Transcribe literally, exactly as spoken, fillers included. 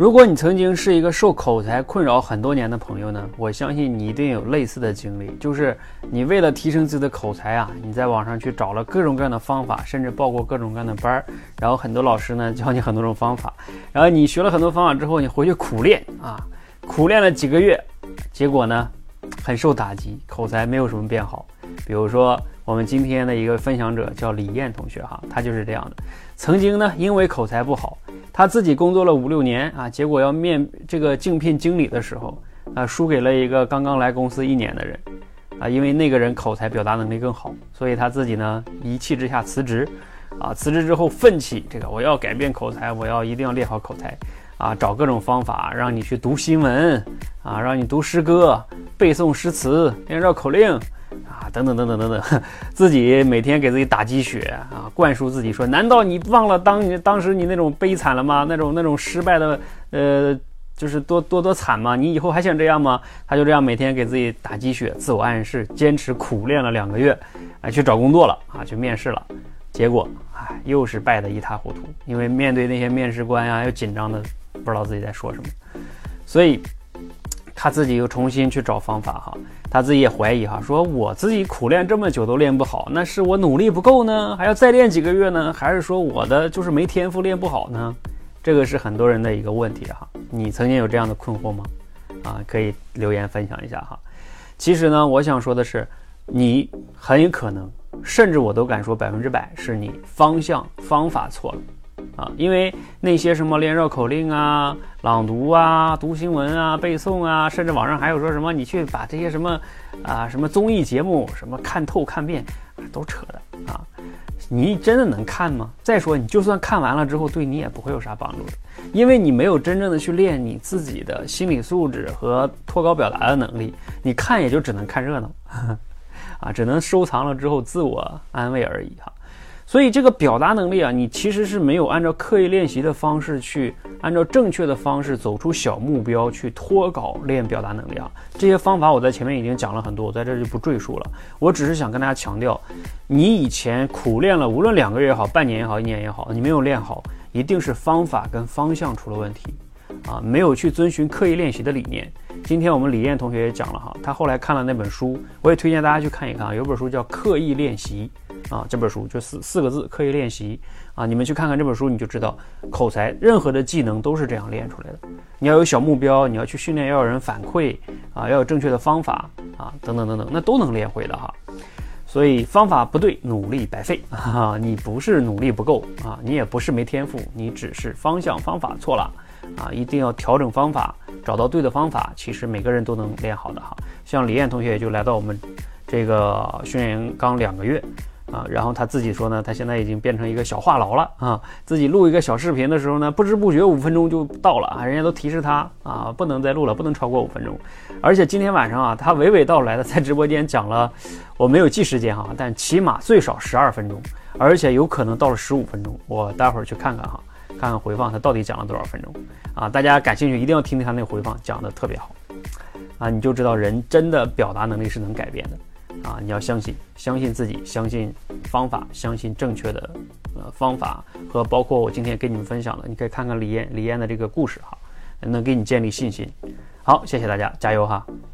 如果你曾经是一个受口才困扰很多年的朋友呢，我相信你一定有类似的经历，就是你为了提升自己的口才啊，你在网上去找了各种各样的方法，甚至报过各种各样的班，然后很多老师呢教你很多种方法，然后你学了很多方法之后，你回去苦练啊，苦练了几个月，结果呢很受打击，口才没有什么变好。比如说我们今天的一个分享者叫李艳同学哈，他就是这样的，曾经呢因为口才不好，他自己工作了五六年啊，结果要面这个竞聘经理的时候啊，输给了一个刚刚来公司一年的人啊，因为那个人口才表达能力更好，所以他自己呢一气之下辞职啊，辞职之后奋起这个我要改变口才，我要一定要练好口才啊，找各种方法让你去读新闻啊，让你读诗歌，背诵诗词，练绕口令啊，等等等等等等，自己每天给自己打鸡血啊，灌输自己说，难道你忘了当你当时你那种悲惨了吗？那种那种失败的，呃，就是多多多惨吗？你以后还想这样吗？他就这样每天给自己打鸡血，自我暗示，坚持苦练了两个月，啊，去找工作了啊，去面试了，结果哎，又是败得一塌糊涂，因为面对那些面试官啊，又紧张的不知道自己在说什么，所以他自己又重新去找方法哈，他自己也怀疑哈，说我自己苦练这么久都练不好，那是我努力不够呢，还要再练几个月呢，还是说我的就是没天赋练不好呢？这个是很多人的一个问题哈。你曾经有这样的困惑吗？啊，可以留言分享一下哈。其实呢，我想说的是，你很有可能，甚至我都敢说百分之百是你方向方法错了。啊，因为那些什么练绕口令啊、朗读啊、读新闻啊、背诵啊，甚至网上还有说什么你去把这些什么啊什么综艺节目什么看透看遍，都扯的啊！你真的能看吗？再说你就算看完了之后，对你也不会有啥帮助的，因为你没有真正的去练你自己的心理素质和脱稿表达的能力，你看也就只能看热闹，啊，只能收藏了之后自我安慰而已哈。所以这个表达能力啊，你其实是没有按照刻意练习的方式去，按照正确的方式走出小目标去脱稿练表达能力啊。这些方法我在前面已经讲了很多，我在这就不赘述了。我只是想跟大家强调，你以前苦练了，无论两个月也好，半年也好，一年也好，你没有练好，一定是方法跟方向出了问题啊，没有去遵循刻意练习的理念。今天我们李艳同学也讲了哈，他后来看了那本书，我也推荐大家去看一看啊，有本书叫《刻意练习》。啊，这本书就四四个字，刻意练习啊！你们去看看这本书，你就知道口才任何的技能都是这样练出来的。你要有小目标，你要去训练，要有人反馈啊，要有正确的方法啊，等等等等，那都能练会的哈。所以方法不对，努力白费啊！你不是努力不够啊，你也不是没天赋，你只是方向方法错了啊！一定要调整方法，找到对的方法，其实每个人都能练好的哈。像李艳同学也就来到我们这个训练营刚两个月。啊，然后他自己说呢，他现在已经变成一个小话痨了啊！自己录一个小视频的时候呢，不知不觉五分钟就到了啊，人家都提示他啊，不能再录了，不能超过五分钟。而且今天晚上啊，他娓娓道来的在直播间讲了，我没有记时间哈，但起码最少十二分钟，而且有可能到了十五分钟。我待会儿去看看哈，看看回放他到底讲了多少分钟啊！大家感兴趣一定要听听他那个回放，讲的特别好啊，你就知道人真的表达能力是能改变的。啊，你要相信，相信自己，相信方法，相信正确的呃方法，和包括我今天跟你们分享的，你可以看看李艳李艳的这个故事哈，能给你建立信心。好，谢谢大家，加油哈！